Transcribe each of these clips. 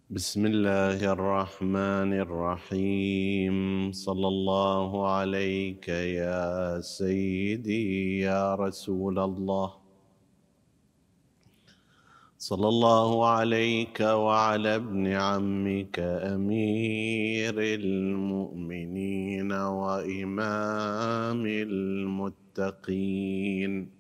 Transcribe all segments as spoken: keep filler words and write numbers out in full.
بسم الله الرحمن الرحيم. صلى الله عليك يا سيدي يا رسول الله. صلى الله عليك وعلى ابن عمك أمير المؤمنين وإمام المتقين.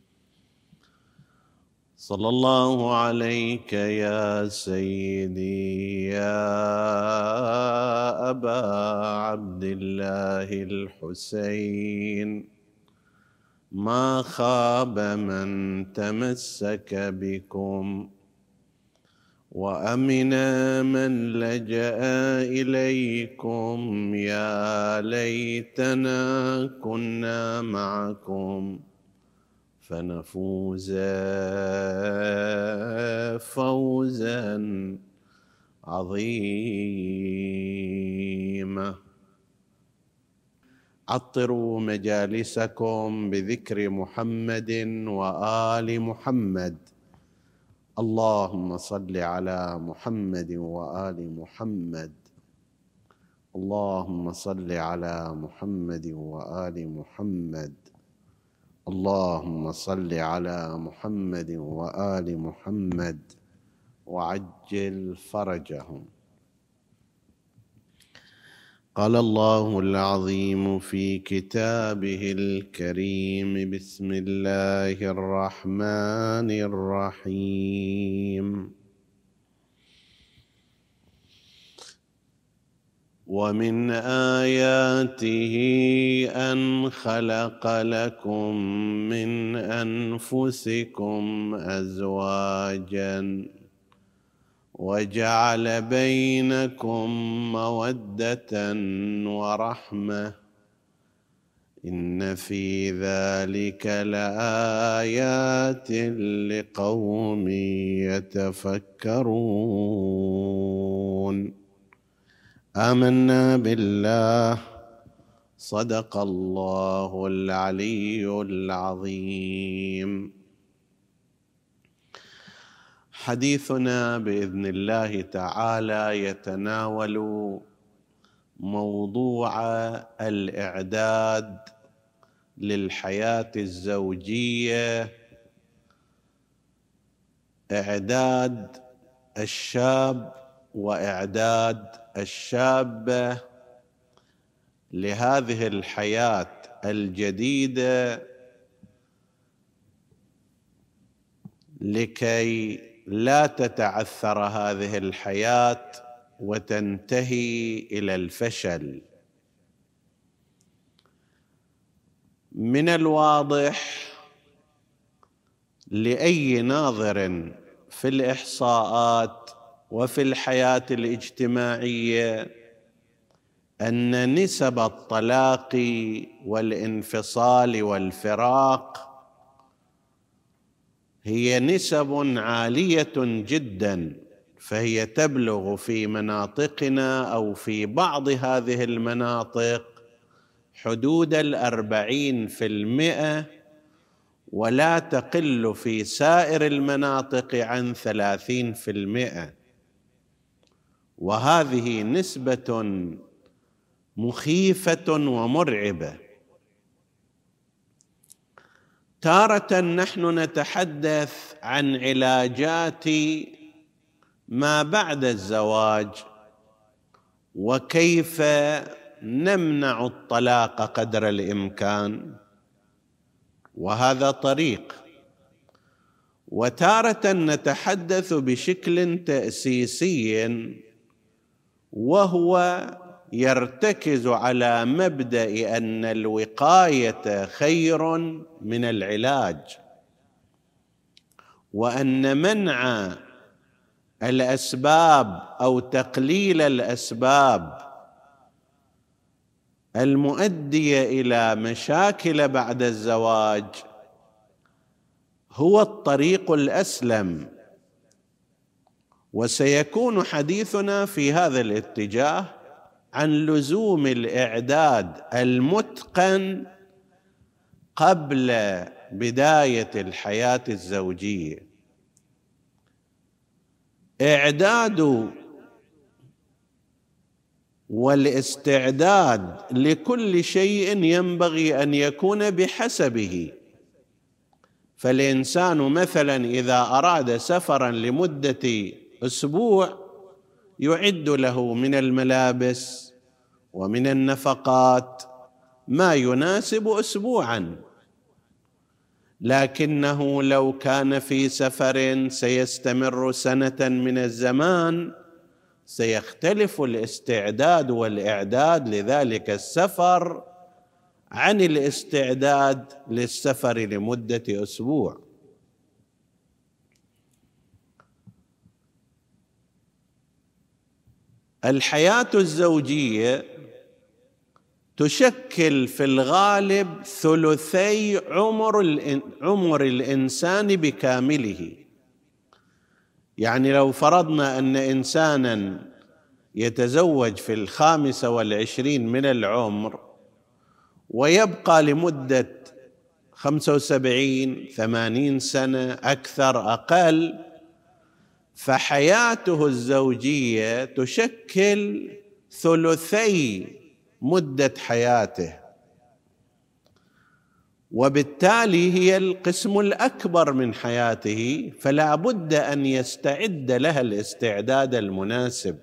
صلى الله عليك يا سيدي يا أبا عبد الله الحسين. ما خاب من تمسك بكم وأمن من لجأ إليكم. يا ليتنا كنا معكم فنفوز فوزا عظيما. عطروا مجالسكم بذكر محمد وآل محمد. اللهم صل على محمد وآل محمد. اللهم صل على محمد وآل محمد. اللهم صل على محمد وآل محمد وعجل فرجهم. قال الله العظيم في كتابه الكريم: بسم الله الرحمن الرحيم. ومن آياته أن خلق لكم من أنفسكم أزواجا وجعل بينكم مودة ورحمة إن في ذلك لآيات لقوم يتفكرون. آمنا بالله. صدق الله العلي العظيم. حديثنا بإذن الله تعالى يتناول موضوع الإعداد للحياة الزوجية، إعداد الشاب وإعداد الشابة لهذه الحياة الجديدة لكي لا تتعثر هذه الحياة وتنتهي إلى الفشل. من الواضح لأي ناظر في الإحصاءات وفي الحياة الاجتماعية أن نسب الطلاق والانفصال والفراق هي نسب عالية جدا، فهي تبلغ في مناطقنا أو في بعض هذه المناطق حدود الأربعين في المئة، ولا تقل في سائر المناطق عن ثلاثين في المئة. وهذه نسبة مخيفة ومرعبة. تارة نحن نتحدث عن علاجات ما بعد الزواج وكيف نمنع الطلاق قدر الإمكان، وهذا طريق. وتارة نتحدث بشكل تأسيسي وهو يرتكز على مبدأ أن الوقاية خير من العلاج، وأن منع الأسباب أو تقليل الأسباب المؤدية إلى مشاكل بعد الزواج هو الطريق الأسلم. وسيكون حديثنا في هذا الاتجاه عن لزوم الإعداد المتقن قبل بداية الحياة الزوجية. إعداد والاستعداد لكل شيء ينبغي أن يكون بحسبه. فالإنسان مثلا إذا أراد سفرا لمدة أسبوع يعد له من الملابس ومن النفقات ما يناسب أسبوعا، لكنه لو كان في سفر سيستمر سنة من الزمان سيختلف الاستعداد والإعداد لذلك السفر عن الاستعداد للسفر لمدة أسبوع. الحياة الزوجية تشكل في الغالب ثلثي عمر عمر الإنسان بكامله. يعني لو فرضنا أن إنسانا يتزوج في الخامسة والعشرين من العمر ويبقى لمدة خمسة وسبعين ثمانين سنة أكثر أقل، فحياته الزوجية تشكل ثلثي مدة حياته، وبالتالي هي القسم الأكبر من حياته، فلا بد أن يستعد لها الاستعداد المناسب،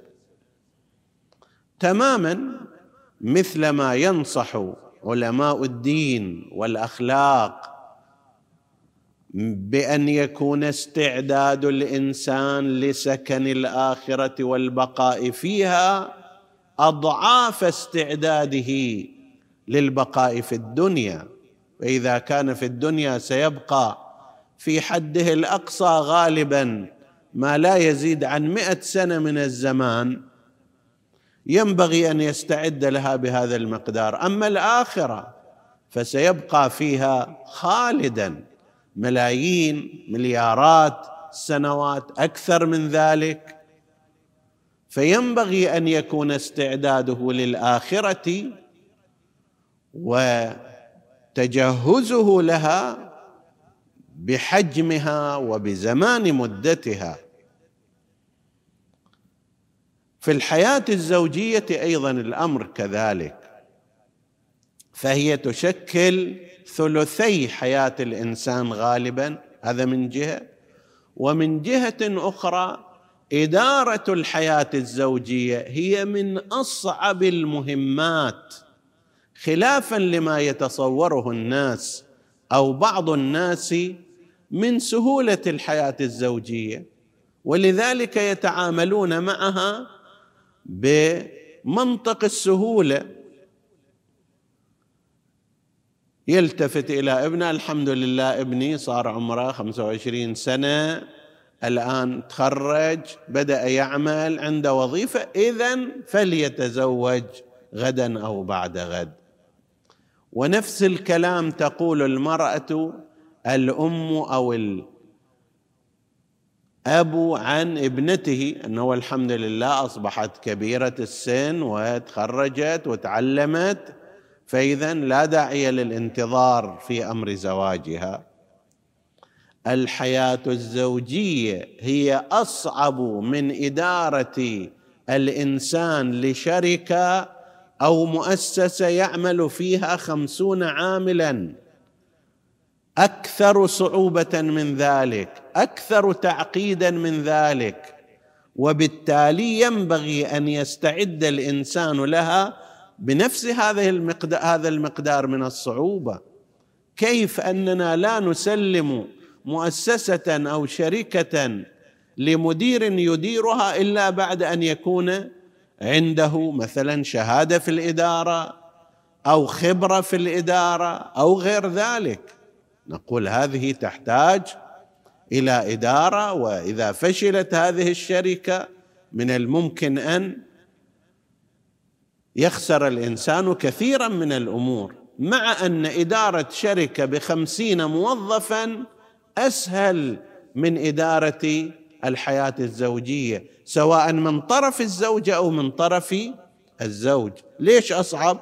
تماما مثل ما ينصح علماء الدين والأخلاق بأن يكون استعداد الإنسان لسكن الآخرة والبقاء فيها أضعاف استعداده للبقاء في الدنيا. وإذا كان في الدنيا سيبقى في حده الأقصى غالبا ما لا يزيد عن مئة سنة من الزمان، ينبغي أن يستعد لها بهذا المقدار. أما الآخرة فسيبقى فيها خالدا ملايين مليارات السنوات أكثر من ذلك، فينبغي أن يكون استعداده للآخرة وتجهزه لها بحجمها وبزمان مدتها. في الحياة الزوجية أيضا الأمر كذلك، فهي تشكل ثلثي حياة الإنسان غالبا، هذا من جهة. ومن جهة أخرى إدارة الحياة الزوجية هي من أصعب المهمات، خلافا لما يتصوره الناس أو بعض الناس من سهولة الحياة الزوجية، ولذلك يتعاملون معها بمنطق السهولة. يلتفت إلى ابنه، الحمد لله ابني صار عمره خمسة وعشرين سنة، الآن تخرج، بدأ يعمل، عنده وظيفة، إذن فليتزوج غدا أو بعد غد. ونفس الكلام تقول المرأة الأم أو الأب عن ابنته، أنه الحمد لله أصبحت كبيرة السن وتخرجت وتعلمت، فإذن لا داعي للانتظار في أمر زواجها. الحياة الزوجية هي أصعب من إدارة الإنسان لشركة أو مؤسسة يعمل فيها خمسون عاملاً، أكثر صعوبة من ذلك، أكثر تعقيداً من ذلك، وبالتالي ينبغي أن يستعد الإنسان لها بنفس هذه المقدار هذا المقدار من الصعوبة. كيف أننا لا نسلم مؤسسة أو شركة لمدير يديرها إلا بعد أن يكون عنده مثلا شهادة في الإدارة أو خبرة في الإدارة أو غير ذلك؟ نقول هذه تحتاج إلى إدارة، وإذا فشلت هذه الشركة من الممكن أن يخسر الإنسان كثيرا من الأمور، مع أن إدارة شركة بخمسين موظفا أسهل من إدارة الحياة الزوجية، سواء من طرف الزوجة أو من طرف الزوج. ليش أصعب؟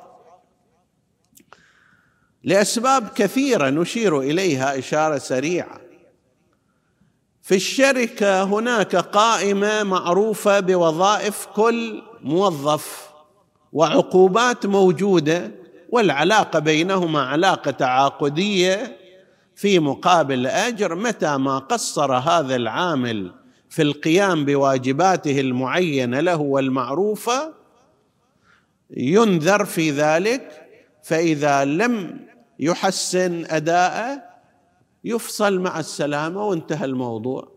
لأسباب كثيرة نشير إليها إشارة سريعة. في الشركة هناك قائمة معروفة بوظائف كل موظف وعقوبات موجودة، والعلاقة بينهما علاقة تعاقدية في مقابل أجر. متى ما قصر هذا العامل في القيام بواجباته المعينة له والمعروفة ينذر في ذلك، فإذا لم يحسن أداءه يفصل مع السلامة وانتهى الموضوع.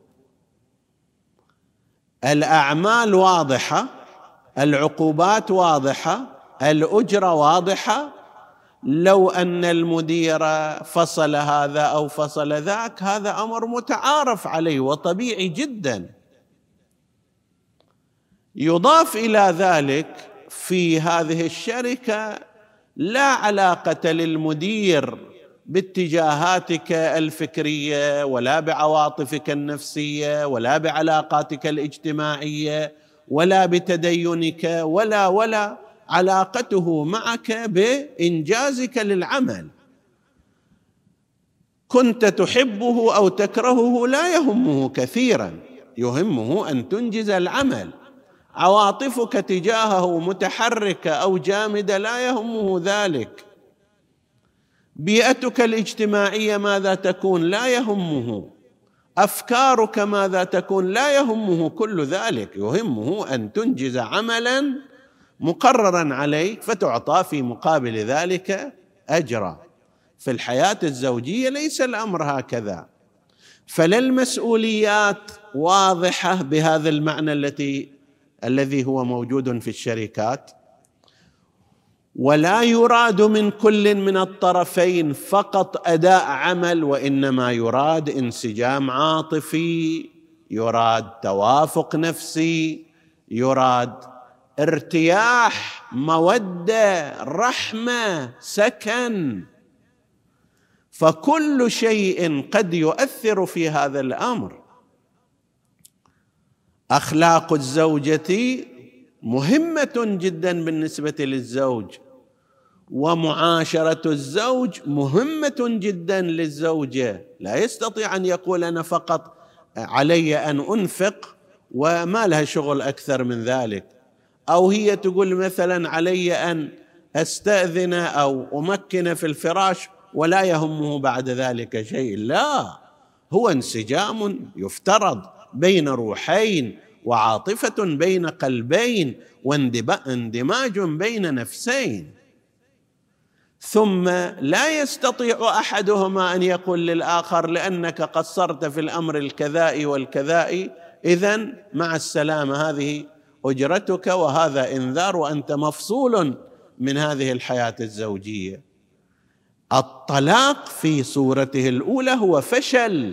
الأعمال واضحة، العقوبات واضحة، الأجرة واضحة. لو أن المدير فصل هذا أو فصل ذاك هذا أمر متعارف عليه وطبيعي جدا. يضاف إلى ذلك في هذه الشركة لا علاقة للمدير باتجاهاتك الفكرية ولا بعواطفك النفسية ولا بعلاقاتك الاجتماعية ولا بتدينك ولا ولا علاقته معك بإنجازك للعمل. كنت تحبه أو تكرهه لا يهمه كثيرا، يهمه أن تنجز العمل. عواطفك تجاهه متحركة أو جامدة لا يهمه ذلك. بيئتك الاجتماعية ماذا تكون لا يهمه. أفكارك ماذا تكون لا يهمه كل ذلك. يهمه أن تنجز عملا مقررا عليك فتعطى في مقابل ذلك أجرا. في الحياة الزوجية ليس الأمر هكذا. فلا المسؤوليات واضحة بهذا المعنى التي الذي هو موجود في الشركات، ولا يراد من كل من الطرفين فقط أداء عمل، وإنما يراد انسجام عاطفي، يراد توافق نفسي، يراد ارتياح، مودة، رحمة، سكن. فكل شيء قد يؤثر في هذا الأمر. أخلاق الزوجة مهمة جدا بالنسبة للزوج، ومعاشرة الزوج مهمة جدا للزوجة. لا يستطيع أن يقول أنا فقط علي أن أنفق وما لها شغل أكثر من ذلك، أو هي تقول مثلا علي أن أستأذن أو أمكن في الفراش ولا يهمه بعد ذلك شيء. لا، هو انسجام يفترض بين روحين، وعاطفة بين قلبين، واندماج بين نفسين. ثم لا يستطيع أحدهما أن يقول للآخر لأنك قصرت في الأمر الكذائي والكذائي إذن مع السلامة، هذه أجرتك وهذا إنذار وأنت مفصول من هذه الحياة الزوجية. الطلاق في صورته الأولى هو فشل،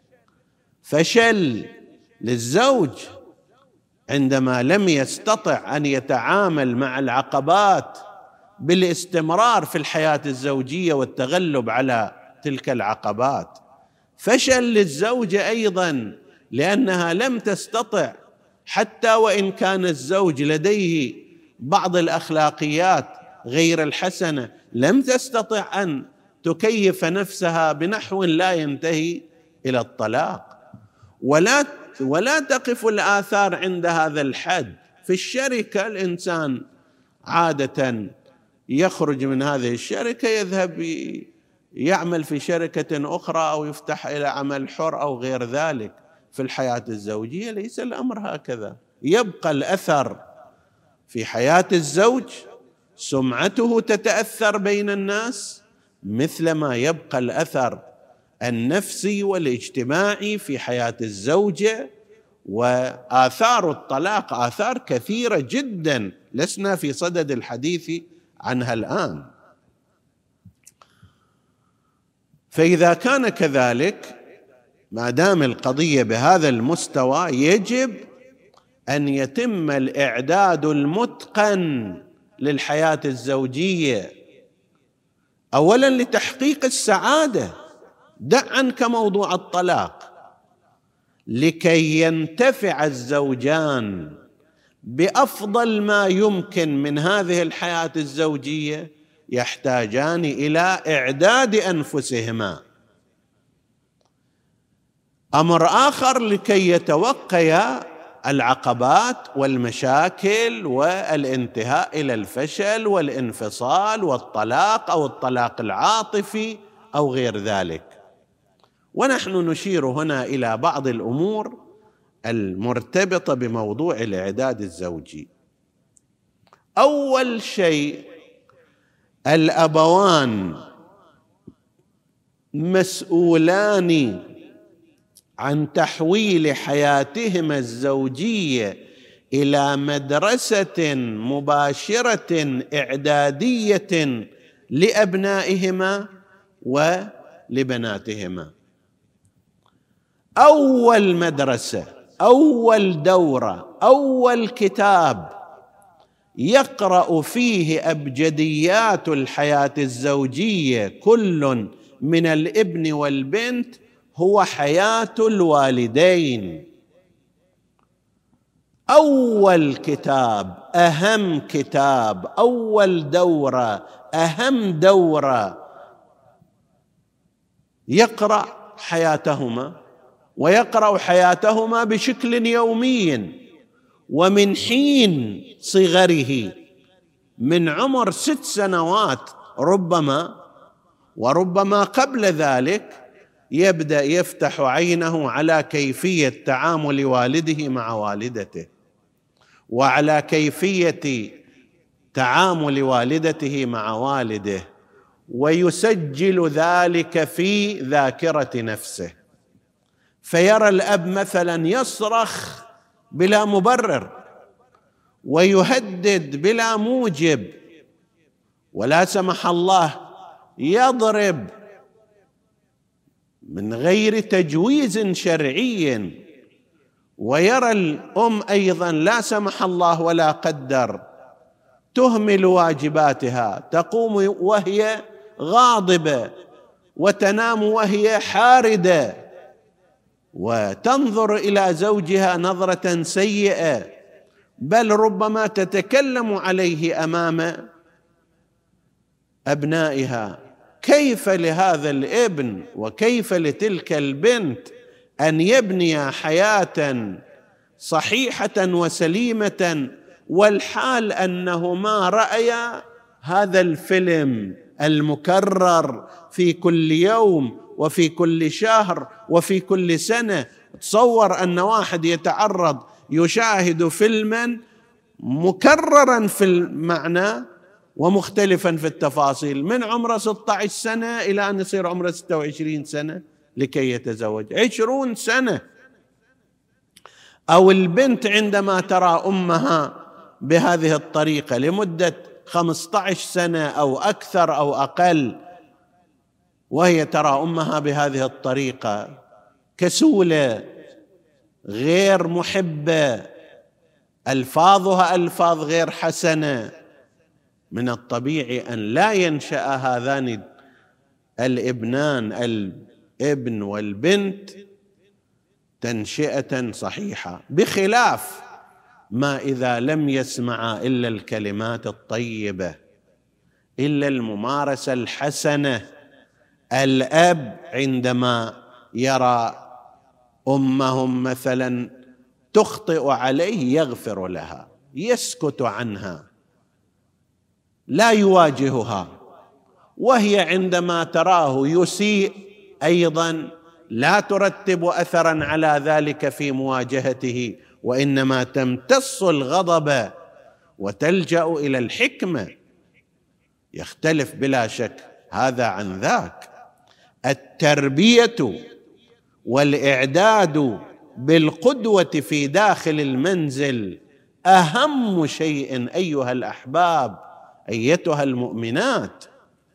فشل للزوج عندما لم يستطع أن يتعامل مع العقبات بالاستمرار في الحياة الزوجية والتغلب على تلك العقبات. فشل للزوجة أيضا لأنها لم تستطع، حتى وإن كان الزوج لديه بعض الأخلاقيات غير الحسنة، لم تستطع أن تكيف نفسها بنحو لا ينتهي إلى الطلاق. ولا ولا تقف الآثار عند هذا الحد. في الشركة الإنسان عادة يخرج من هذه الشركة يذهب يعمل في شركة أخرى أو يفتح إلى عمل حر أو غير ذلك. في الحياة الزوجية ليس الأمر هكذا. يبقى الأثر في حياة الزوج، سمعته تتأثر بين الناس مثلما يبقى الأثر النفسي والاجتماعي في حياة الزوجة. وآثار الطلاق آثار كثيرة جدا لسنا في صدد الحديث عنها الآن. فإذا كان كذلك، ما دام القضية بهذا المستوى، يجب أن يتم الإعداد المتقن للحياة الزوجية. أولا لتحقيق السعادة، دع عنك موضوع الطلاق، لكي ينتفع الزوجان بأفضل ما يمكن من هذه الحياة الزوجية يحتاجان إلى إعداد أنفسهما. أمر آخر لكي يتوقيا العقبات والمشاكل والانتهاء إلى الفشل والانفصال والطلاق أو الطلاق العاطفي أو غير ذلك. ونحن نشير هنا إلى بعض الأمور المرتبطة بموضوع الإعداد الزوجي. أول شيء، الأبوان مسؤولان عن تحويل حياتهما الزوجية إلى مدرسة مباشرة إعدادية لأبنائهما ولبناتهما. أول مدرسة، أول دورة، أول كتاب يقرأ فيه أبجديات الحياة الزوجية كل من الابن والبنت هو حياة الوالدين. أول كتاب، أهم كتاب، أول دورة، أهم دورة يقرأ حياتهما، ويقرأ حياتهما بشكل يومي ومن حين صغره، من عمر ست سنوات ربما وربما قبل ذلك، يبدأ يفتح عينه على كيفية تعامل والده مع والدته، وعلى كيفية تعامل والدته مع والده، ويسجل ذلك في ذاكرة نفسه. فيرى الأب مثلا يصرخ بلا مبرر ويهدد بلا موجب، ولا سمح الله يضرب من غير تجويز شرعي، ويرى الأم أيضا لا سمح الله ولا قدر تهمل واجباتها، تقوم وهي غاضبة وتنام وهي حاردة، وتنظر إلى زوجها نظرة سيئة، بل ربما تتكلم عليه أمام أبنائها. كيف لهذا الابن وكيف لتلك البنت أن يبني حياة صحيحة وسليمة والحال أنهما رأيا هذا الفيلم المكرر في كل يوم وفي كل شهر وفي كل سنة؟ تصور أن واحد يتعرض يشاهد فيلما مكررا في المعنى ومختلفا في التفاصيل من عمره ستة عشر سنة إلى أن يصير عمره ستة وعشرين سنة لكي يتزوج، عشرون سنة. أو البنت عندما ترى أمها بهذه الطريقة لمدة خمسة عشر سنة أو أكثر أو أقل، وهي ترى أمها بهذه الطريقة كسولة غير محبة، ألفاظها ألفاظ غير حسنة، من الطبيعي أن لا ينشأ هذان الابنان، الابن والبنت، تنشئة صحيحة، بخلاف ما إذا لم يسمع إلا الكلمات الطيبة، إلا الممارسة الحسنة. الأب عندما يرى أمهم مثلا تخطئ عليه يغفر لها، يسكت عنها، لا يواجهها، وهي عندما تراه يسيء أيضا لا ترتب أثرا على ذلك في مواجهته، وإنما تمتص الغضب وتلجأ إلى الحكمة. يختلف بلا شك هذا عن ذاك. التربية والإعداد بالقدوة في داخل المنزل أهم شيء أيها الأحباب، أيتها المؤمنات.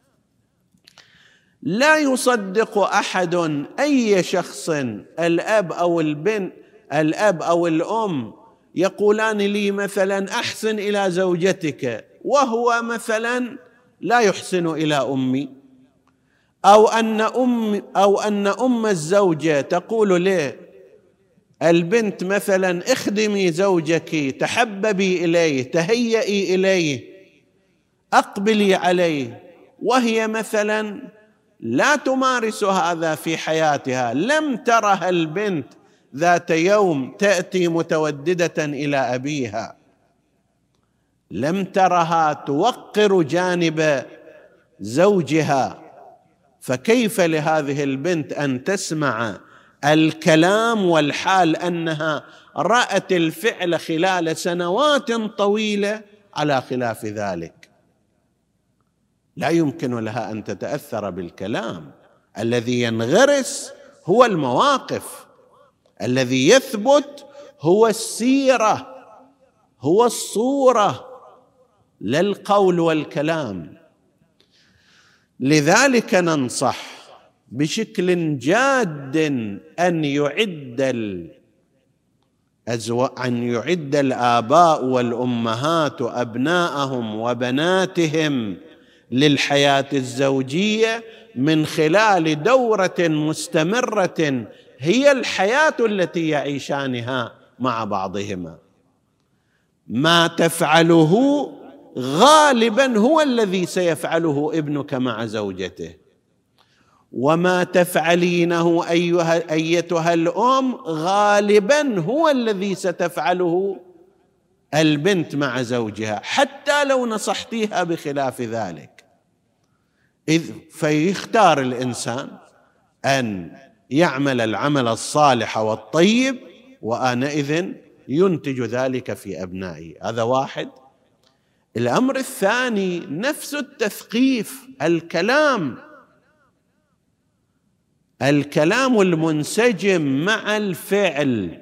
لا يصدق أحد أي شخص، الأب أو البنت، الأب أو الأم يقولان لي مثلا أحسن إلى زوجتك، وهو مثلا لا يحسن إلى أمي، أو أن أم أو أن أم الزوجة تقول له البنت مثلا اخدمي زوجك، تحببي إليه، تهيئي إليه، أقبلي عليه، وهي مثلا لا تمارس هذا في حياتها، لم ترها البنت ذات يوم تأتي متوددة إلى أبيها، لم ترها توقر جانب زوجها، فكيف لهذه البنت أن تسمع الكلام والحال أنها رأت الفعل خلال سنوات طويلة على خلاف ذلك؟ لا يمكن لها أن تتأثر بالكلام. الذي ينغرس هو المواقف، الذي يثبت هو السيرة، هو الصورة، لا القول والكلام. لذلك ننصح بشكل جاد أن يعد أن يعد الآباء والأمهات أبناءهم وبناتهم للحياة الزوجية من خلال دورة مستمرة هي الحياة التي يعيشانها مع بعضهما. ما تفعله غالبا هو الذي سيفعله ابنك مع زوجته، وما تفعلينه أيها أيتها الأم غالبا هو الذي ستفعله البنت مع زوجها، حتى لو نصحتيها بخلاف ذلك. إذ فيختار الإنسان أن يعمل العمل الصالح والطيب، وآنئذ ينتج ذلك في أبنائه. هذا واحد. الأمر الثاني نفس التثقيف، الكلام الكلام المنسجم مع الفعل.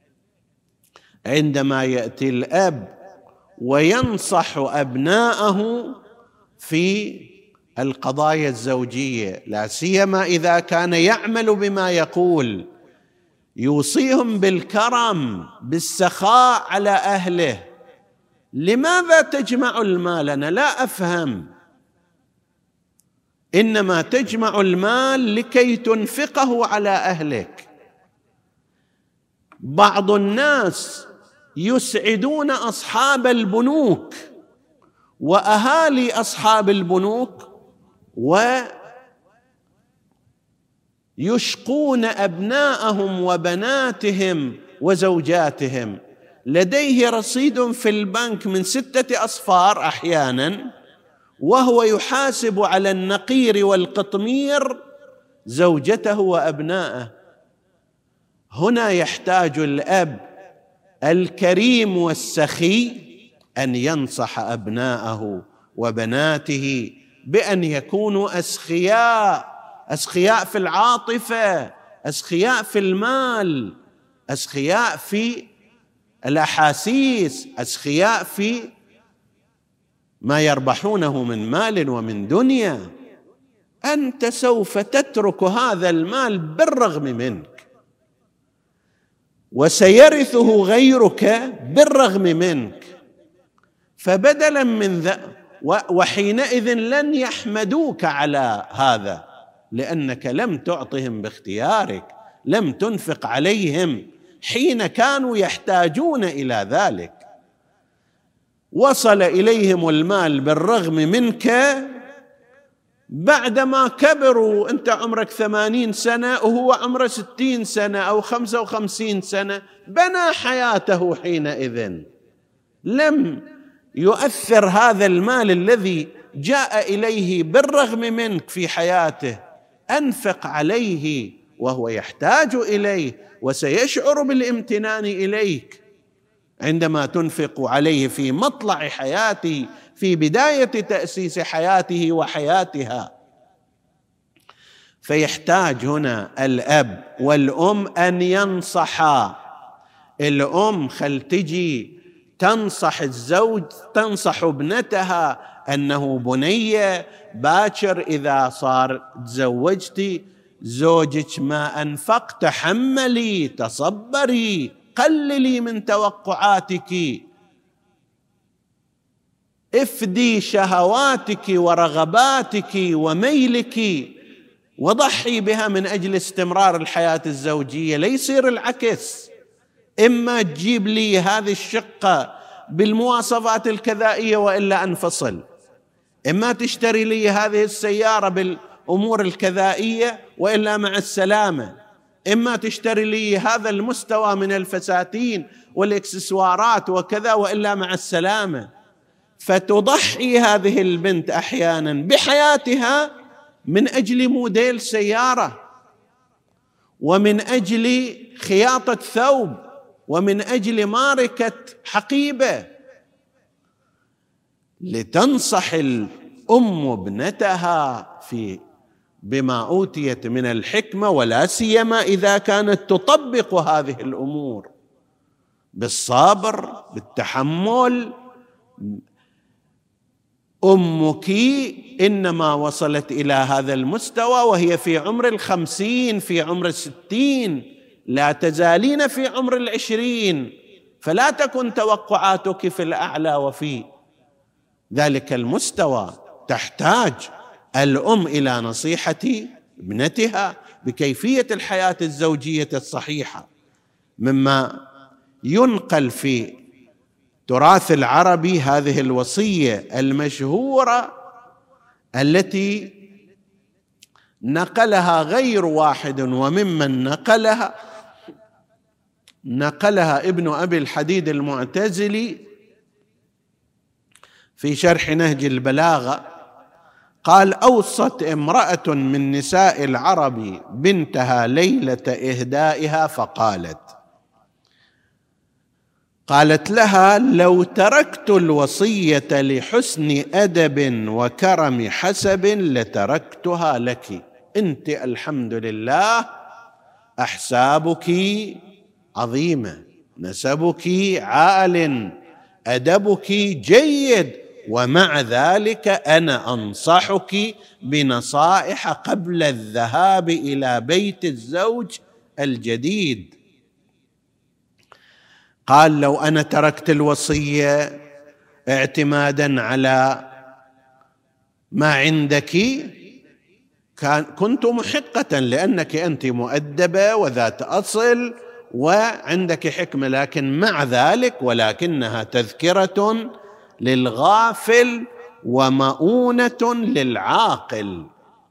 عندما يأتي الأب وينصح أبناءه في القضايا الزوجية، لا سيما إذا كان يعمل بما يقول، يوصيهم بالكرم بالسخاء على أهله. لماذا تجمع المال؟ أنا لا أفهم. إنما تجمع المال لكي تنفقه على أهلك. بعض الناس يسعدون أصحاب البنوك وأهالي أصحاب البنوك، ويشقون أبناءهم وبناتهم وزوجاتهم. لديه رصيد في البنك من ستة أصفار أحيانا، وهو يحاسب على النقير والقطمير زوجته وأبنائه. هنا يحتاج الأب الكريم والسخي أن ينصح أبناءه وبناته بأن يكونوا أسخياء، أسخياء في العاطفة، أسخياء في المال، أسخياء في الأحاسيس، أسخياء في ما يربحونه من مال ومن دنيا. أنت سوف تترك هذا المال بالرغم منك، وسيرثه غيرك بالرغم منك. فبدلا من ذا، وحينئذ لن يحمدوك على هذا، لأنك لم تعطهم باختيارك، لم تنفق عليهم حين كانوا يحتاجون إلى ذلك. وصل إليهم المال بالرغم منك بعدما كبروا. أنت عمرك ثمانين سنة وهو عمره ستين سنة أو خمسة وخمسين سنة، بنى حياته حينئذ. لم يؤثر هذا المال الذي جاء إليه بالرغم منك في حياته، أنفق عليه وهو يحتاج إليه، وسيشعر بالامتنان إليك عندما تنفق عليه في مطلع حياته، في بداية تأسيس حياته وحياتها. فيحتاج هنا الأب والأم أن ينصحا. الأم خل تجي تنصح الزوج، تنصح ابنتها أنه بنية باكر إذا صار تزوجتي زوجك ما أنفق، تحملي، تصبري، قللي من توقعاتك، افدي شهواتك ورغباتك وميلك وضحي بها من أجل استمرار الحياة الزوجية. لا يصير العكس، إما تجيب لي هذه الشقة بالمواصفات الكذائية وإلا أنفصل، إما تشتري لي هذه السيارة بالأمور الكذائية وإلا مع السلامة. إما تشتري لي هذا المستوى من الفساتين والإكسسوارات وكذا، وإلا مع السلامة. فتضحي هذه البنت أحيانا بحياتها من أجل موديل سيارة، ومن أجل خياطة ثوب، ومن أجل ماركة حقيبة، لتنصح الأم ابنتها في بما أوتيت من الحكمة، ولا سيما إذا كانت تطبق هذه الأمور بالصبر بالتحمل. أمك إنما وصلت إلى هذا المستوى وهي في عمر الخمسين، في عمر الستين، لا تزالين في عمر العشرين، فلا تكن توقعاتك في الأعلى وفي ذلك المستوى. تحتاج الأم إلى نصيحة ابنتها بكيفية الحياة الزوجية الصحيحة. مما ينقل في التراث العربي هذه الوصية المشهورة التي نقلها غير واحد، وممن نقلها نقلها ابن أبي الحديد المعتزلي في شرح نهج البلاغة. قال: أوصت امرأة من نساء العرب بنتها ليلة إهدائها فقالت قالت لها: لو تركت الوصية لحسن أدب وكرم حسب لتركتها لك. أنت الحمد لله أحسابك عظيمة، نسبك عال، أدبك جيد، ومع ذلك أنا أنصحك بنصائح قبل الذهاب إلى بيت الزوج الجديد. قال: لو أنا تركت الوصية اعتمادا على ما عندك كان كنت محقة، لأنك أنت مؤدبة وذات أصل وعندك حكمة، لكن مع ذلك ولكنها تذكرة للغافل ومؤونة للعاقل.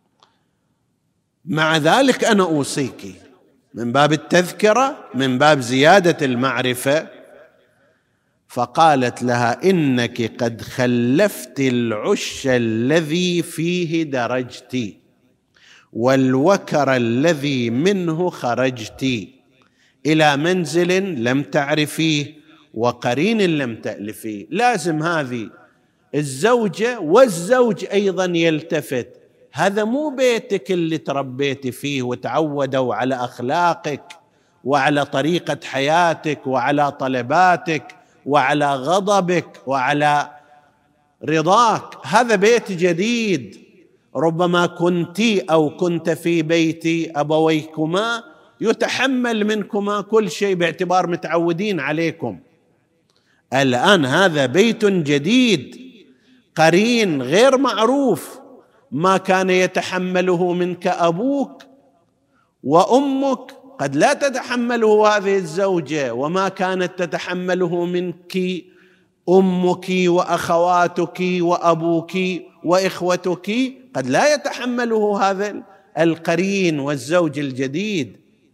مع ذلك أنا أوصيك من باب التذكرة، من باب زيادة المعرفة. فقالت لها: إنك قد خلفت العش الذي فيه درجت، والوكر الذي منه خرجت، إلى منزل لم تعرفيه وقرين لم تألفيه. لازم هذه الزوجة والزوج أيضا يلتفت، هذا مو بيتك اللي تربيت فيه وتعودوا على أخلاقك وعلى طريقة حياتك وعلى طلباتك وعلى غضبك وعلى رضاك. هذا بيت جديد، ربما كنت أو كنت في بيت أبويكما يتحمل منكما كل شيء باعتبار متعودين عليكم. الآن هذا بيت جديد، قرين غير معروف، ما كان يتحمله منك أبوك وأمك قد لا تتحمله هذه الزوجة، وما كانت تتحمله منك أمك وأخواتك وأبوك وإخوتك قد لا يتحمله هذا القرين والزوج الجديد.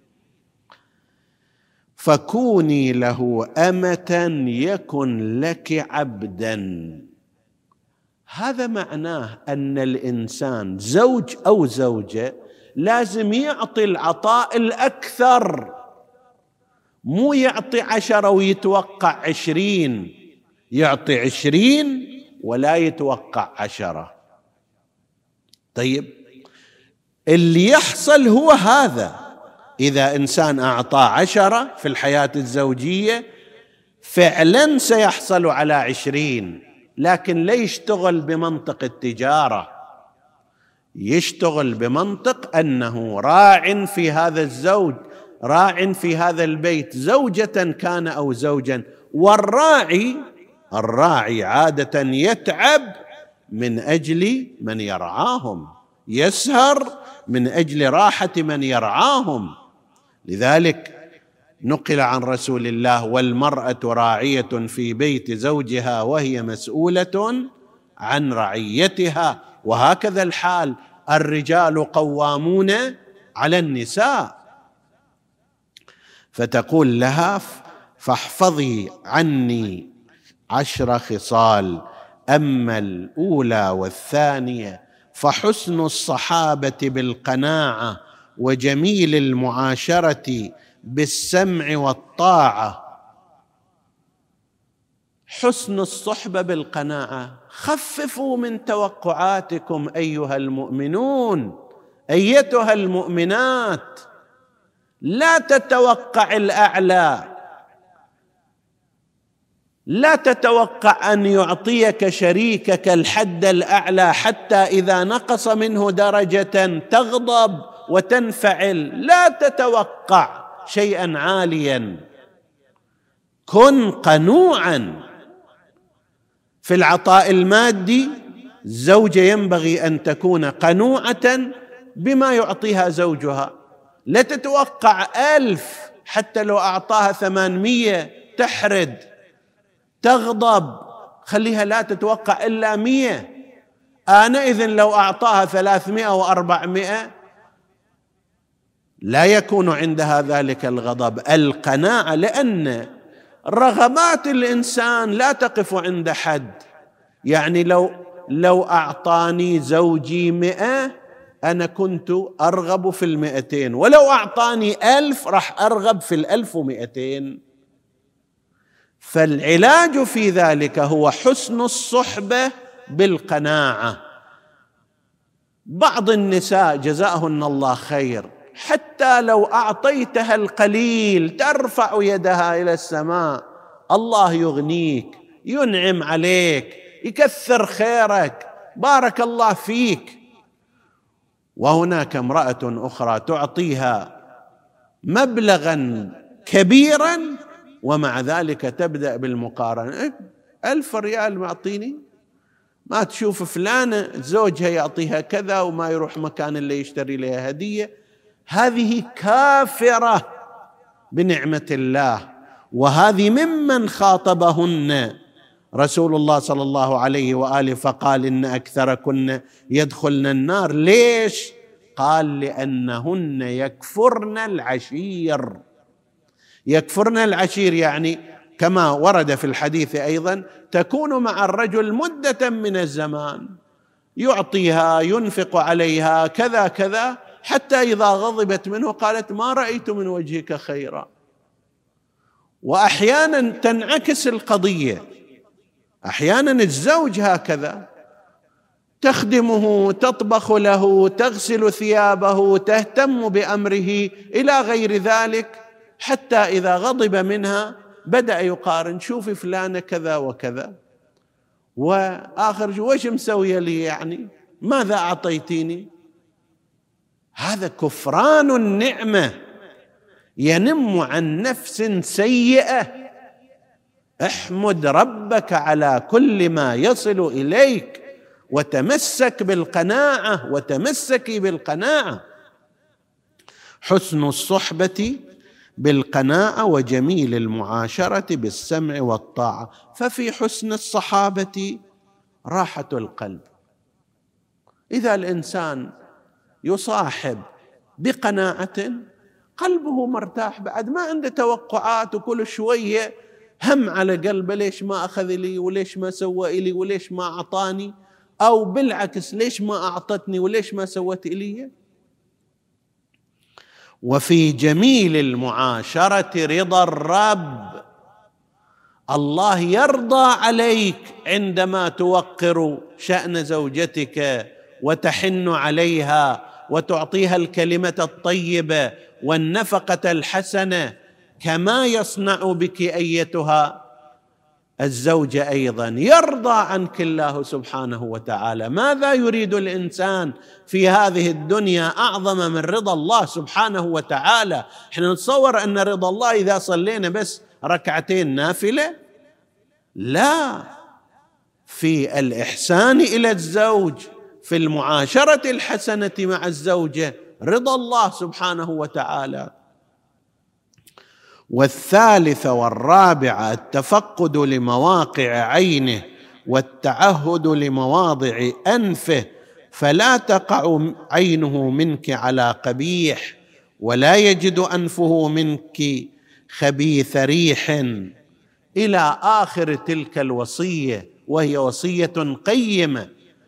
فكوني له أمة يكن لك عبدا. هذا معناه أن الإنسان زوج أو زوجة لازم يعطي العطاء الأكثر، مو يعطي عشرة ويتوقع عشرين، يعطي عشرين ولا يتوقع عشرة. طيب اللي يحصل هو هذا، إذا إنسان أعطى عشرة في الحياة الزوجية فعلا سيحصل على عشرين، لكن لا يشتغل بمنطق التجارة، يشتغل بمنطق أنه راع في هذا الزوج، راع في هذا البيت، زوجة كان أو زوجا. والراعي الراعي عادة يتعب من أجل من يرعاهم، يسهر من أجل راحة من يرعاهم. لذلك نقل عن رسول الله: والمرأة راعية في بيت زوجها وهي مسؤولة عن رعيتها. وهكذا الحال، الرجال قوامون على النساء. فتقول لها: فاحفظي عني عشر خصال، أما الأولى والثانية فحسن الصحابة بالقناعة وجميل المعاشرة بالسمع والطاعة. حسن الصحبة بالقناعة، خففوا من توقعاتكم أيها المؤمنون، أيتها المؤمنات، لا تتوقع الأعلى، لا تتوقع أن يعطيك شريكك الحد الأعلى حتى إذا نقص منه درجة تغضب وتنفعل. لا تتوقع شيئا عاليا، كن قنوعا. في العطاء المادي الزوجة ينبغي أن تكون قنوعة بما يعطيها زوجها، لا تتوقع ألف، حتى لو أعطاها ثمانمية تحرد تغضب، خليها لا تتوقع إلا مية. آنئذ لو أعطاها ثلاثمائة وأربعمائة لا يكون عندها ذلك الغضب. القناعة، لأن رغبات الإنسان لا تقف عند حد. يعني لو لو أعطاني زوجي مئة أنا كنت أرغب في المئتين، ولو أعطاني ألف راح أرغب في الألف ومئتين. فالعلاج في ذلك هو حسن الصحبة بالقناعة. بعض النساء جزاهن الله خير حتى لو أعطيتها القليل ترفع يدها إلى السماء: الله يغنيك، ينعم عليك، يكثر خيرك، بارك الله فيك. وهناك امرأة أخرى تعطيها مبلغا كبيرا ومع ذلك تبدأ بالمقارنة: ألف ريال معطيني، ما تشوف فلانة زوجها يعطيها كذا وما يروح مكان اللي يشتري لها هدية. هذه كافرة بنعمة الله، وهذه ممن خاطبهن رسول الله صلى الله عليه وآله فقال: إن أكثركن يدخلن النار. ليش؟ قال: لأنهن يكفرن العشير. يكفرن العشير يعني كما ورد في الحديث أيضا تكون مع الرجل مدة من الزمان، يعطيها، ينفق عليها، كذا كذا، حتى إذا غضبت منه قالت: ما رأيت من وجهك خيرا. وأحيانا تنعكس القضية، أحيانا الزوج هكذا، تخدمه، تطبخ له، تغسل ثيابه، تهتم بأمره إلى غير ذلك، حتى إذا غضب منها بدأ يقارن: شوفي فلانة كذا وكذا، وآخر وش مسوية لي يعني، ماذا أعطيتيني؟ هذا كفران النعمة، ينم عن نفس سيئة. احمد ربك على كل ما يصل إليك، وتمسك بالقناعة، وتمسكي بالقناعة. حسن الصحبة بالقناعة وجميل المعاشرة بالسمع والطاعة. ففي حسن الصحابة راحة القلب. إذا الإنسان يصاحب بقناعة قلبه مرتاح، بعد ما عنده توقعات وكل شوية هم على قلبه: ليش ما أخذ لي، وليش ما سوى لي، وليش ما أعطاني، أو بالعكس ليش ما أعطتني وليش ما سوت لي. وفي جميل المعاشرة رضا الرب. الله يرضى عليك عندما توقر شأن زوجتك وتحن عليها وتعطيها الكلمة الطيبة والنفقة الحسنة، كما يصنع بك أيتها الزوجة أيضا. يرضى عنك الله سبحانه وتعالى. ماذا يريد الإنسان في هذه الدنيا أعظم من رضا الله سبحانه وتعالى؟ احنا نتصور أن رضا الله إذا صلينا بس ركعتين نافلة. لا، في الإحسان إلى الزوج، في المعاشرة الحسنة مع الزوجة، رضا الله سبحانه وتعالى. والثالثة والرابعة التفقد لمواقع عينه والتعهد لمواضع أنفه، فلا تقع عينه منك على قبيح، ولا يجد أنفه منك خبيث ريح، إلى آخر تلك الوصية، وهي وصية قيمة.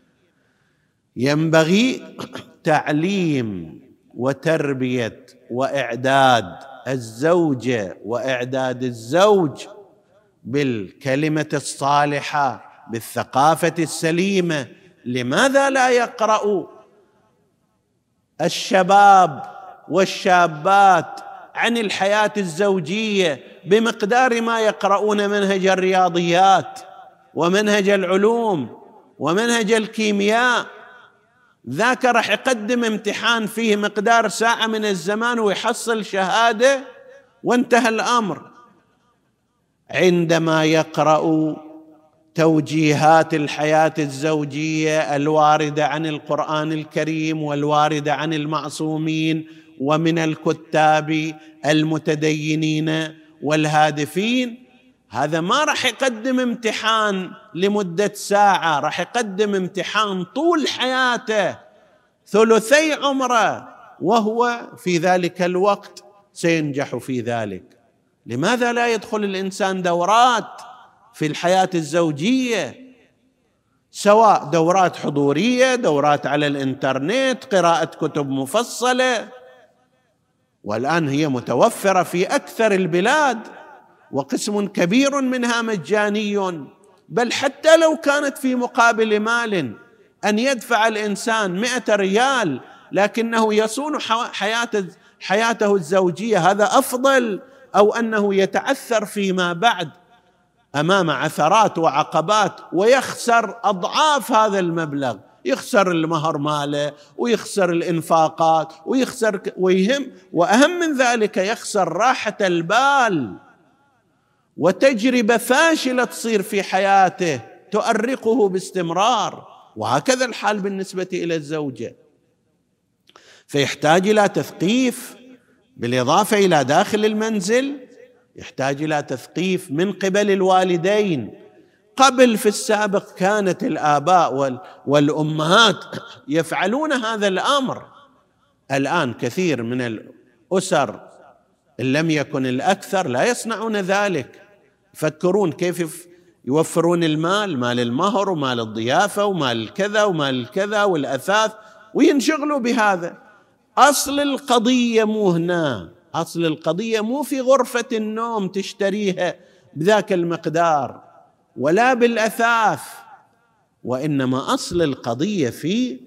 ينبغي تعليم وتربية وإعداد الزوجة وإعداد الزوج بالكلمة الصالحة، بالثقافة السليمة. لماذا لا يقرأ الشباب والشابات عن الحياة الزوجية بمقدار ما يقرؤون منهج الرياضيات ومنهج العلوم ومنهج الكيمياء؟ ذاك راح يقدم امتحان فيه مقدار ساعة من الزمان ويحصل شهادة وانتهى الأمر. عندما يقرأ توجيهات الحياة الزوجية الواردة عن القرآن الكريم والواردة عن المعصومين ومن الكتاب المتدينين والهادفين، هذا ما راح يقدم امتحان لمدة ساعة، راح يقدم امتحان طول حياته، ثلثي عمره، وهو في ذلك الوقت سينجح في ذلك. لماذا لا يدخل الإنسان دورات في الحياة الزوجية، سواء دورات حضورية، دورات على الإنترنت، قراءة كتب مفصلة، والآن هي متوفرة في أكثر البلاد وقسم كبير منها مجاني. بل حتى لو كانت في مقابل مال، أن يدفع الإنسان مئة ريال لكنه يصون حياته حياته الزوجية، هذا أفضل، أو أنه يتعثر فيما بعد أمام عثرات وعقبات ويخسر أضعاف هذا المبلغ، يخسر المهر ماله ويخسر الإنفاقات ويخسر ويهم وأهم من ذلك يخسر راحة البال وتجربة فاشلة تصير في حياته تؤرقه باستمرار. وهكذا الحال بالنسبة إلى الزوجة، فيحتاج إلى تثقيف، بالإضافة إلى داخل المنزل يحتاج إلى تثقيف من قبل الوالدين. قبل في السابق كانت الآباء والأمهات يفعلون هذا الأمر، الآن كثير من الأسر إن لم يكن الأكثر لا يصنعون ذلك، يفكرون كيف يوفرون المال، مال المهر ومال الضيافة ومال الكذا ومال الكذا والأثاث، وينشغلوا بهذا. أصل القضية مو هنا، أصل القضية مو في غرفة النوم تشتريها بذاك المقدار ولا بالأثاث، وإنما أصل القضية في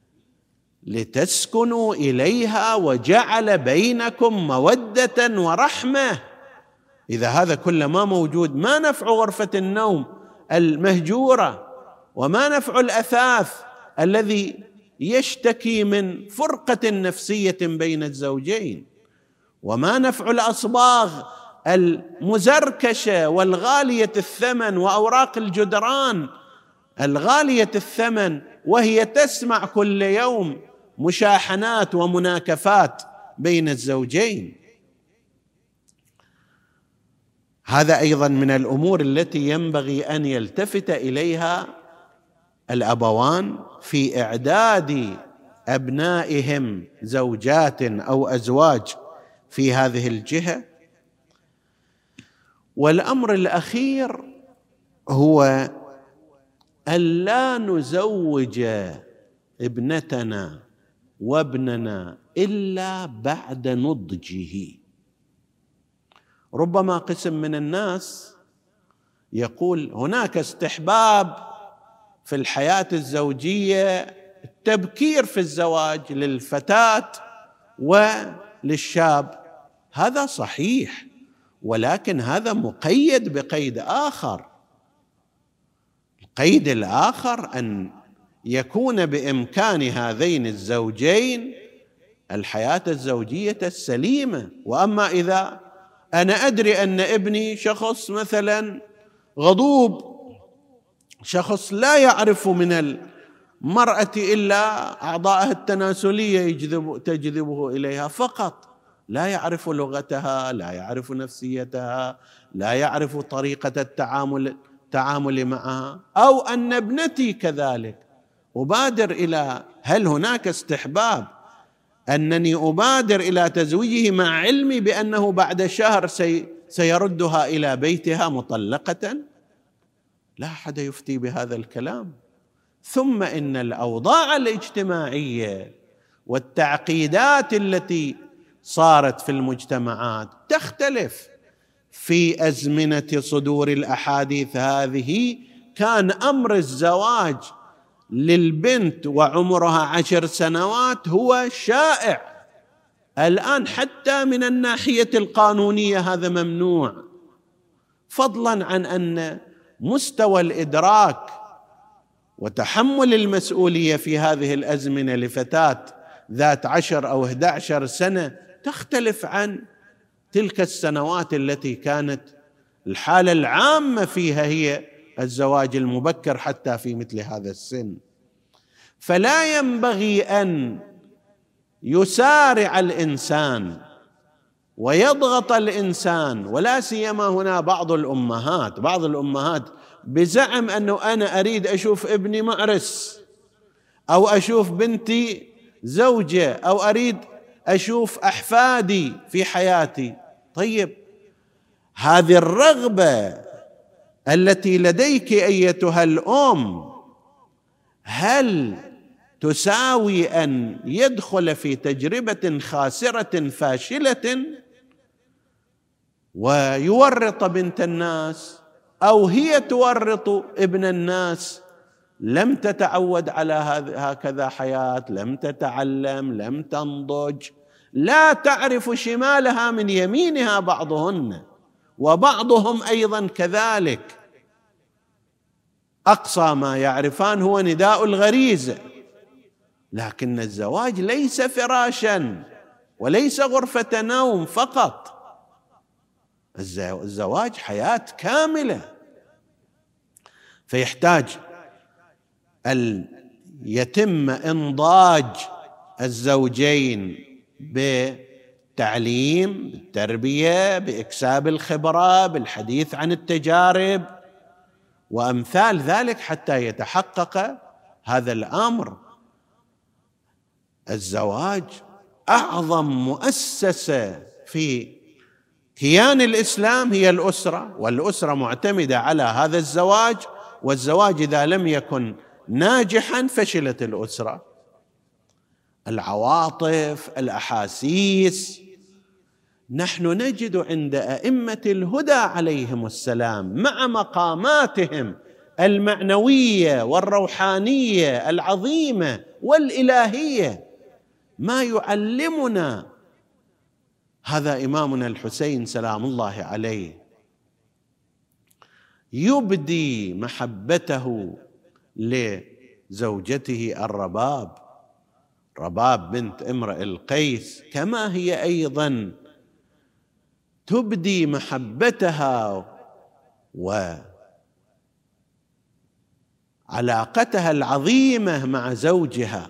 لتسكنوا إليها وجعل بينكم مودة ورحمة. إذا هذا كله ما موجود، ما نفع غرفة النوم المهجورة، وما نفع الأثاث الذي يشتكي من فرقة نفسية بين الزوجين، وما نفع الأصباغ المزركشة والغالية الثمن وأوراق الجدران الغالية الثمن، وهي تسمع كل يوم مشاحنات ومناكفات بين الزوجين. هذا أيضا من الأمور التي ينبغي أن يلتفت إليها الأبوان في إعداد أبنائهم زوجات أو أزواج في هذه الجهة. والأمر الأخير هو ألا نزوج ابنتنا وابننا إلا بعد نضجه. ربما قسم من الناس يقول هناك استحباب في الحياة الزوجية التبكير في الزواج للفتاة وللشاب، هذا صحيح، ولكن هذا مقيد بقيد آخر. القيد الآخر أن يكون بإمكان هذين الزوجين الحياة الزوجية السليمة. وأما إذا أنا أدري أن ابني شخص مثلا غضوب، شخص لا يعرف من المرأة إلا أعضاءها التناسلية يجذب تجذبه إليها فقط، لا يعرف لغتها، لا يعرف نفسيتها، لا يعرف طريقة التعامل التعامل معها، أو أن ابنتي كذلك، أبادر إلى هل هناك استحباب أنني أبادر إلى تزويجه مع علمي بأنه بعد شهر سي سيردها إلى بيتها مطلقة؟ لا أحد يفتي بهذا الكلام. ثم إن الأوضاع الاجتماعية والتعقيدات التي صارت في المجتمعات تختلف. في أزمنة صدور الأحاديث هذه كان أمر الزواج للبنت وعمرها عشر سنوات هو شائع. الآن حتى من الناحية القانونية هذا ممنوع، فضلا عن أن مستوى الإدراك وتحمل المسؤولية في هذه الأزمنة لفتاة ذات عشر أو إحدى عشر سنة تختلف عن تلك السنوات التي كانت الحالة العامة فيها هي الزواج المبكر حتى في مثل هذا السن. فلا ينبغي أن يسارع الإنسان ويضغط الإنسان، ولا سيما هنا بعض الأمهات بعض الأمهات بزعم أنه أنا أريد أشوف ابني معرس، أو أشوف بنتي زوجة، أو أريد أشوف أحفادي في حياتي. طيب، هذه الرغبة التي لديك أيتها الأم هل تساوي أن يدخل في تجربة خاسرة فاشلة ويورط بنت الناس، أو هي تورط ابن الناس؟ لم تتعود على هكذا حياة، لم تتعلم، لم تنضج، لا تعرف شمالها من يمينها بعضهن، وبعضهم أيضا كذلك. أقصى ما يعرفان هو نداء الغريزة. لكن الزواج ليس فراشا وليس غرفة نوم فقط، الزواج حياة كاملة. فيحتاج أن يتم إنضاج الزوجين بالتعليم، بالتربية، بإكساب الخبرة، بالحديث عن التجارب وأمثال ذلك حتى يتحقق هذا الأمر. الزواج أعظم مؤسسة في كيان الإسلام هي الأسرة، والأسرة معتمدة على هذا الزواج، والزواج إذا لم يكن ناجحا فشلت الأسرة. العواطف، الأحاسيس، نحن نجد عند أئمة الهدى عليهم السلام مع مقاماتهم المعنوية والروحانية العظيمة والإلهية ما يعلمنا هذا إمامنا الحسين سلام الله عليه، يبدي محبته لزوجته الرباب رباب بنت امرئ القيس، كما هي أيضا تبدي محبتها وعلاقتها العظيمة مع زوجها.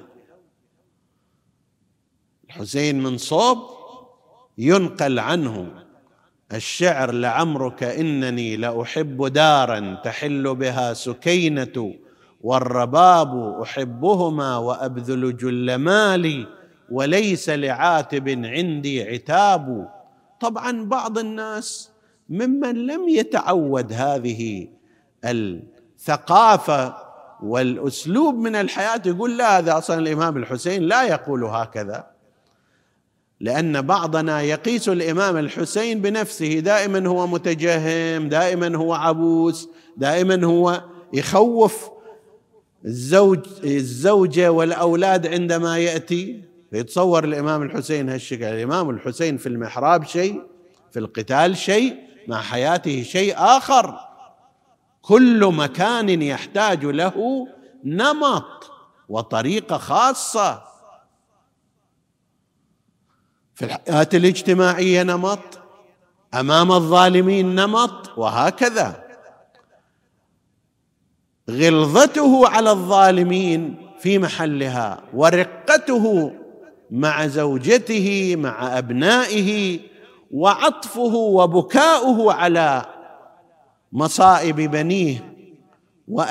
الحسين من صوب ينقل عنه الشعر: لعمرك إنني لأحب دارا تحل بها سكينة، والرباب أحبهما وأبذل جل مالي، وليس لعاتب عندي عتاب. طبعا بعض الناس ممن لم يتعود هذه الثقافة والأسلوب من الحياة يقول لا، هذا أصلا الإمام الحسين لا يقول هكذا، لأن بعضنا يقيس الإمام الحسين بنفسه، دائما هو متجهم، دائما هو عبوس، دائما هو يخوف الزوج الزوجة والأولاد عندما يأتي، فيتصور الإمام الحسين هالشكل. الإمام الحسين في المحراب شيء، في القتال شيء، مع حياته شيء آخر. كل مكان يحتاج له نمط وطريقة خاصة. في الحياة الاجتماعية نمط، أمام الظالمين نمط، وهكذا. غلظته على الظالمين في محلها، ورقته مع زوجته مع أبنائه، وعطفه وبكاؤه على مصائب بنيه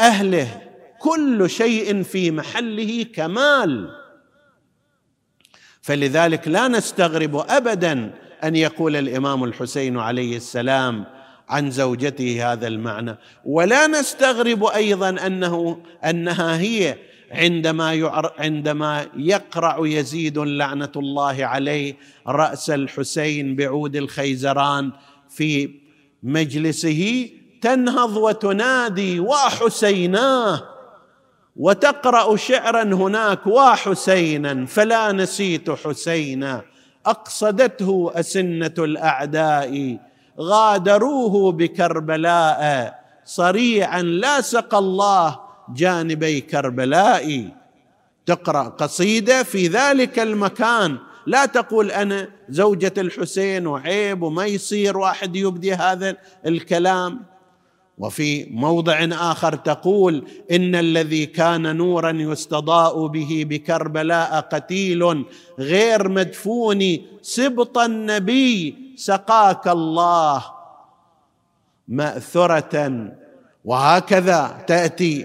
وأهله، كل شيء في محله كمال. فلذلك لا نستغرب أبدا أن يقول الإمام الحسين عليه السلام عن زوجته هذا المعنى، ولا نستغرب أيضا أنه أنها هي عندما يعر عندما يقرع يزيد لعنة الله عليه رأس الحسين بعود الخيزران في مجلسه تنهض وتنادي وحسيناه، وتقرأ شعرا هناك وحسينا فلا نسيت حسينا أقصدته أسنة الأعداء غادروه بكربلاء صريعا لاصق الله جانبي كربلاء. تقرأ قصيدة في ذلك المكان، لا تقول أنا زوجة الحسين وعيب وما يصير واحد يبدي هذا الكلام. وفي موضع آخر تقول إن الذي كان نورا يستضاء به بكربلاء قتيل غير مدفون سبط النبي سقاك الله مأثرة. وهكذا تأتي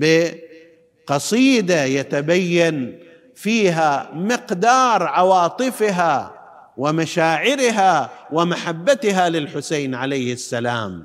بقصيدة يتبين فيها مقدار عواطفها ومشاعرها ومحبتها للحسين عليه السلام.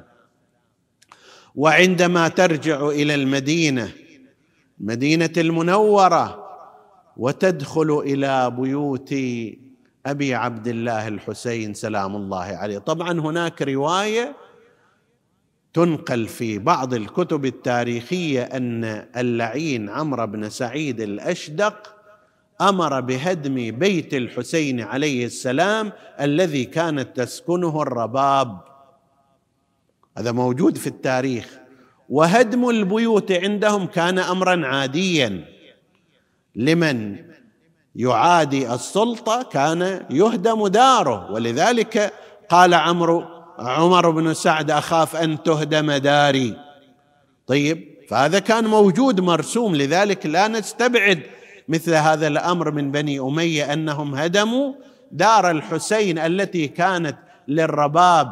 وعندما ترجع إلى المدينة مدينة المنورة وتدخل إلى بيوت أبي عبد الله الحسين سلام الله عليه، طبعا هناك رواية تنقل في بعض الكتب التاريخية أن اللعين عمرو بن سعيد الأشدق أمر بهدم بيت الحسين عليه السلام الذي كانت تسكنه الرباب، هذا موجود في التاريخ. وهدم البيوت عندهم كان أمرا عاديا، لمن يعادي السلطة كان يهدم داره، ولذلك قال عمرو عمر بن سعد أخاف أن تهدم داري. طيب، فهذا كان موجود مرسوم، لذلك لا نستبعد مثل هذا الأمر من بني أمية أنهم هدموا دار الحسين التي كانت للرباب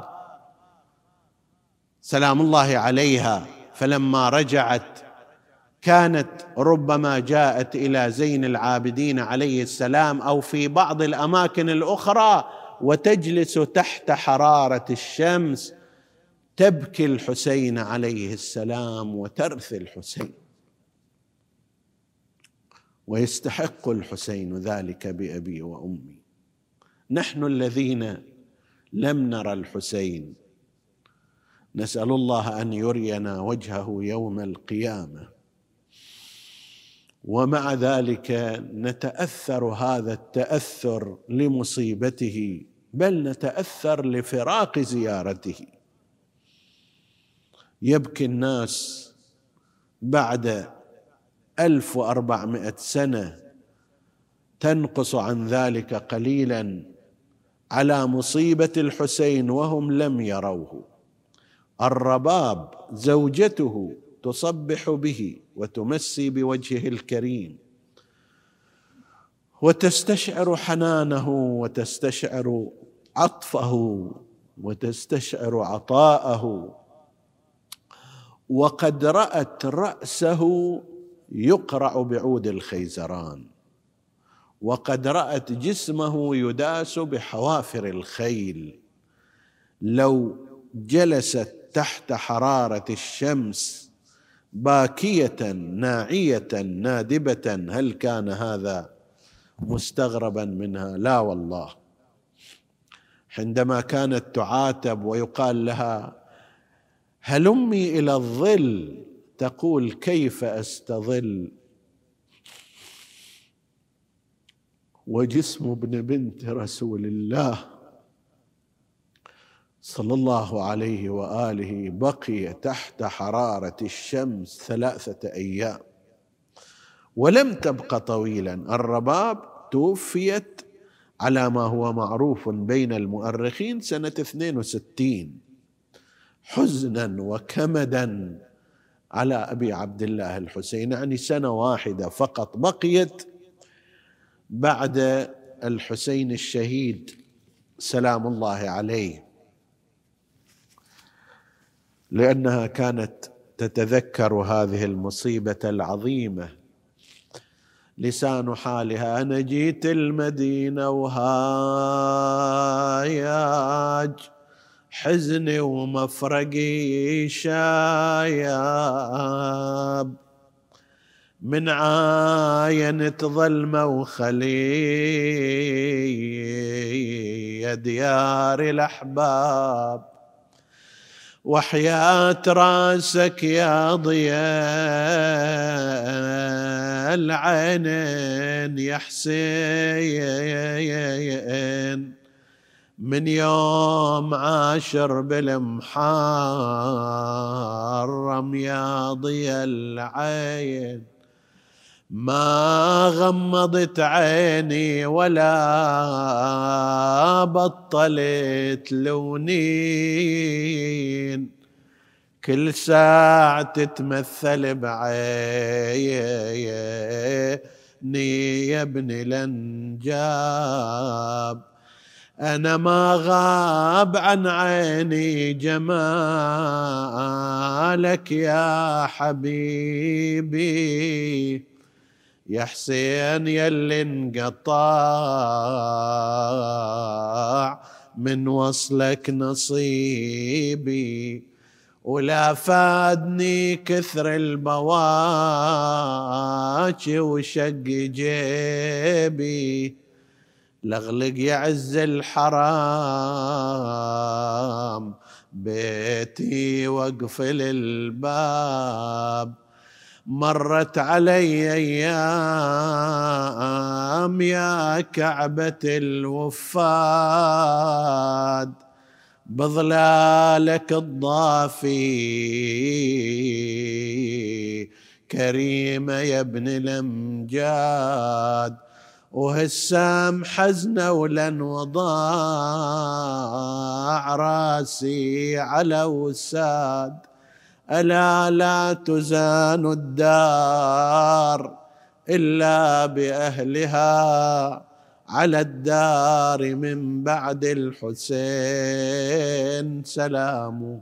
سلام الله عليها. فلما رجعت كانت ربما جاءت إلى زين العابدين عليه السلام أو في بعض الأماكن الأخرى وتجلس تحت حرارة الشمس تبكي الحسين عليه السلام وترثي الحسين، ويستحق الحسين ذلك بأبي وأمي. نحن الذين لم نرى الحسين نسأل الله أن يرينا وجهه يوم القيامة، ومع ذلك نتأثر هذا التأثر لمصيبته، بل نتأثر لفراق زيارته. يبكي الناس بعد ألف وأربعمائة سنة تنقص عن ذلك قليلا على مصيبة الحسين وهم لم يروه. الرباب زوجته تصبح به وتمسي بوجهه الكريم وتستشعر حنانه وتستشعر عطفه وتستشعر عطاءه، وقد رأت رأسه يقرع بعود الخيزران، وقد رأت جسمه يداس بحوافر الخيل. لو جلست تحت حرارة الشمس باكية ناعية نادبة هل كان هذا مستغربا منها؟ لا والله. عندما كانت تعاتب ويقال لها هلمي إلى الظل تقول كيف أستظل وجسم ابن بنت رسول الله صلى الله عليه وآله بقي تحت حرارة الشمس ثلاثة أيام ولم تبق طويلا. الرباب توفيت على ما هو معروف بين المؤرخين سنة اثنين وستين حزنا وكمدا على أبي عبد الله الحسين، يعني سنة واحدة فقط بقيت بعد الحسين الشهيد سلام الله عليه، لأنها كانت تتذكر هذه المصيبة العظيمة لسان حالها أنا جيت المدينة وهاياج حزني ومفرقي شايب من عاينة ظلمة وخلي ديار الأحباب وحياة راسك يا ضياء العينين يا حسين من يوم عاشر بالمحرم يا ضياء العين ما غمضت عيني ولا بطلت لونين كل ساعة تتمثل بعيني يا ابن الانجاب أنا ما غاب عن عيني جمالك يا حبيبي يا حسين يلي انقطع من وصلك نصيبي ولا فادني كثر البواكي وشق جيبي لاغلق يعز الحرام بيتي واقفل الباب مرت علي أيام يا كعبة الوفاد بظلالك الضافي كريمة يا ابن الأمجاد وهسام حزنة ولن وضاع راسي على وساد ألا لا تزان الدار إلا بأهلها على الدار من بعد الحسين سلام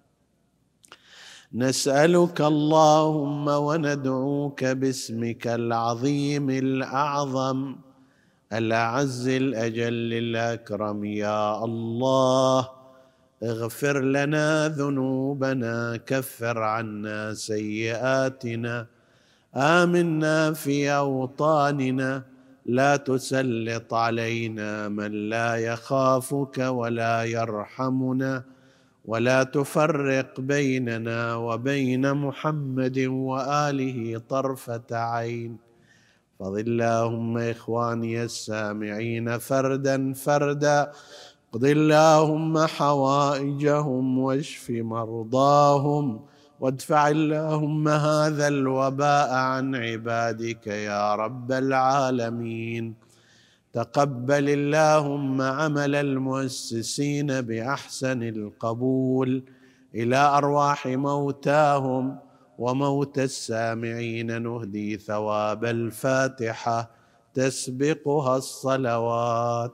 نسألك اللهم وندعوك باسمك العظيم الأعظم الأعز الأجل الأكرم يا الله اغفر لنا ذنوبنا كفر عنا سيئاتنا آمنا في أوطاننا لا تسلط علينا من لا يخافك ولا يرحمنا ولا تفرق بيننا وبين محمد وآله طرفة عين فضل اللهم إخواني السامعين فردا فردا اقض اللهم حوائجهم واشف مرضاهم وادفع اللهم هذا الوباء عن عبادك يا رب العالمين تقبل اللهم عمل المؤسسين بأحسن القبول إلى أرواح موتاهم وموتى السامعين نهدي ثواب الفاتحة تسبقها الصلوات